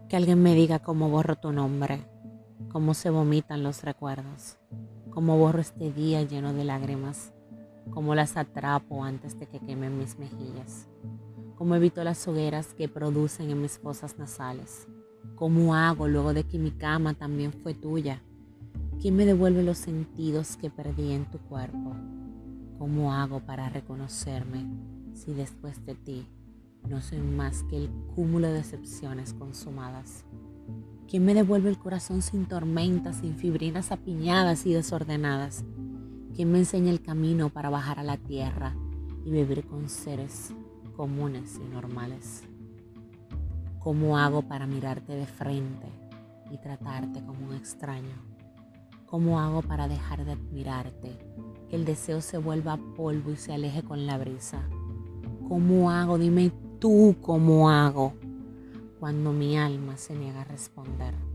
Que alguien me diga cómo borro tu nombre, cómo se vomitan los recuerdos, cómo borro este día lleno de lágrimas, cómo las atrapo antes de que quemen mis mejillas, cómo evito las hogueras que producen en mis fosas nasales, cómo hago luego de que mi cama también fue tuya, quién me devuelve los sentidos que perdí en tu cuerpo, cómo hago para reconocerme si después de ti no soy más que el cúmulo de decepciones consumadas. ¿Quién me devuelve el corazón sin tormentas, sin fibrinas apiñadas y desordenadas? ¿Quién me enseña el camino para bajar a la tierra y vivir con seres comunes y normales? ¿Cómo hago para mirarte de frente y tratarte como un extraño? ¿Cómo hago para dejar de admirarte, que el deseo se vuelva polvo y se aleje con la brisa? ¿Cómo hago? Dime tú cómo hago cuando mi alma se niega a responder.